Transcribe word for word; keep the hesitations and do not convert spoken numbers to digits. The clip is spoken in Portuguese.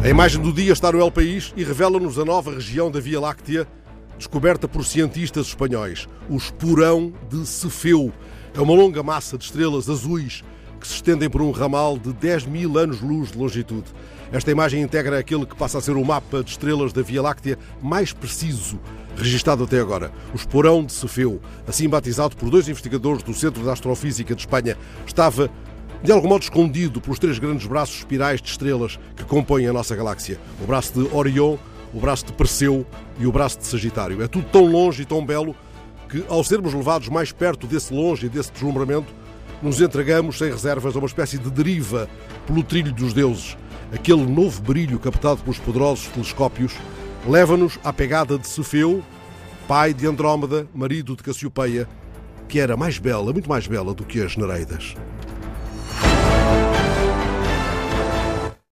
A imagem do dia está no El País e revela-nos a nova região da Via Láctea, descoberta por cientistas espanhóis, o Esporão de Cefeu. É uma longa massa de estrelas azuis que se estendem por um ramal de dez mil anos-luz de longitude. Esta imagem integra aquele que passa a ser o mapa de estrelas da Via Láctea mais preciso registado até agora, o Esporão de Cefeu, assim batizado por dois investigadores do Centro de Astrofísica de Espanha. Estava, de algum modo, escondido pelos três grandes braços espirais de estrelas que compõem a nossa galáxia. O braço de Orion, o braço de Perseu e o braço de Sagitário. É tudo tão longe e tão belo que, ao sermos levados mais perto desse longe e desse deslumbramento, nos entregamos sem reservas a uma espécie de deriva pelo trilho dos deuses. Aquele novo brilho captado pelos poderosos telescópios leva-nos à pegada de Cefeu, pai de Andrómeda, marido de Cassiopeia, que era mais bela, muito mais bela do que as Nereidas.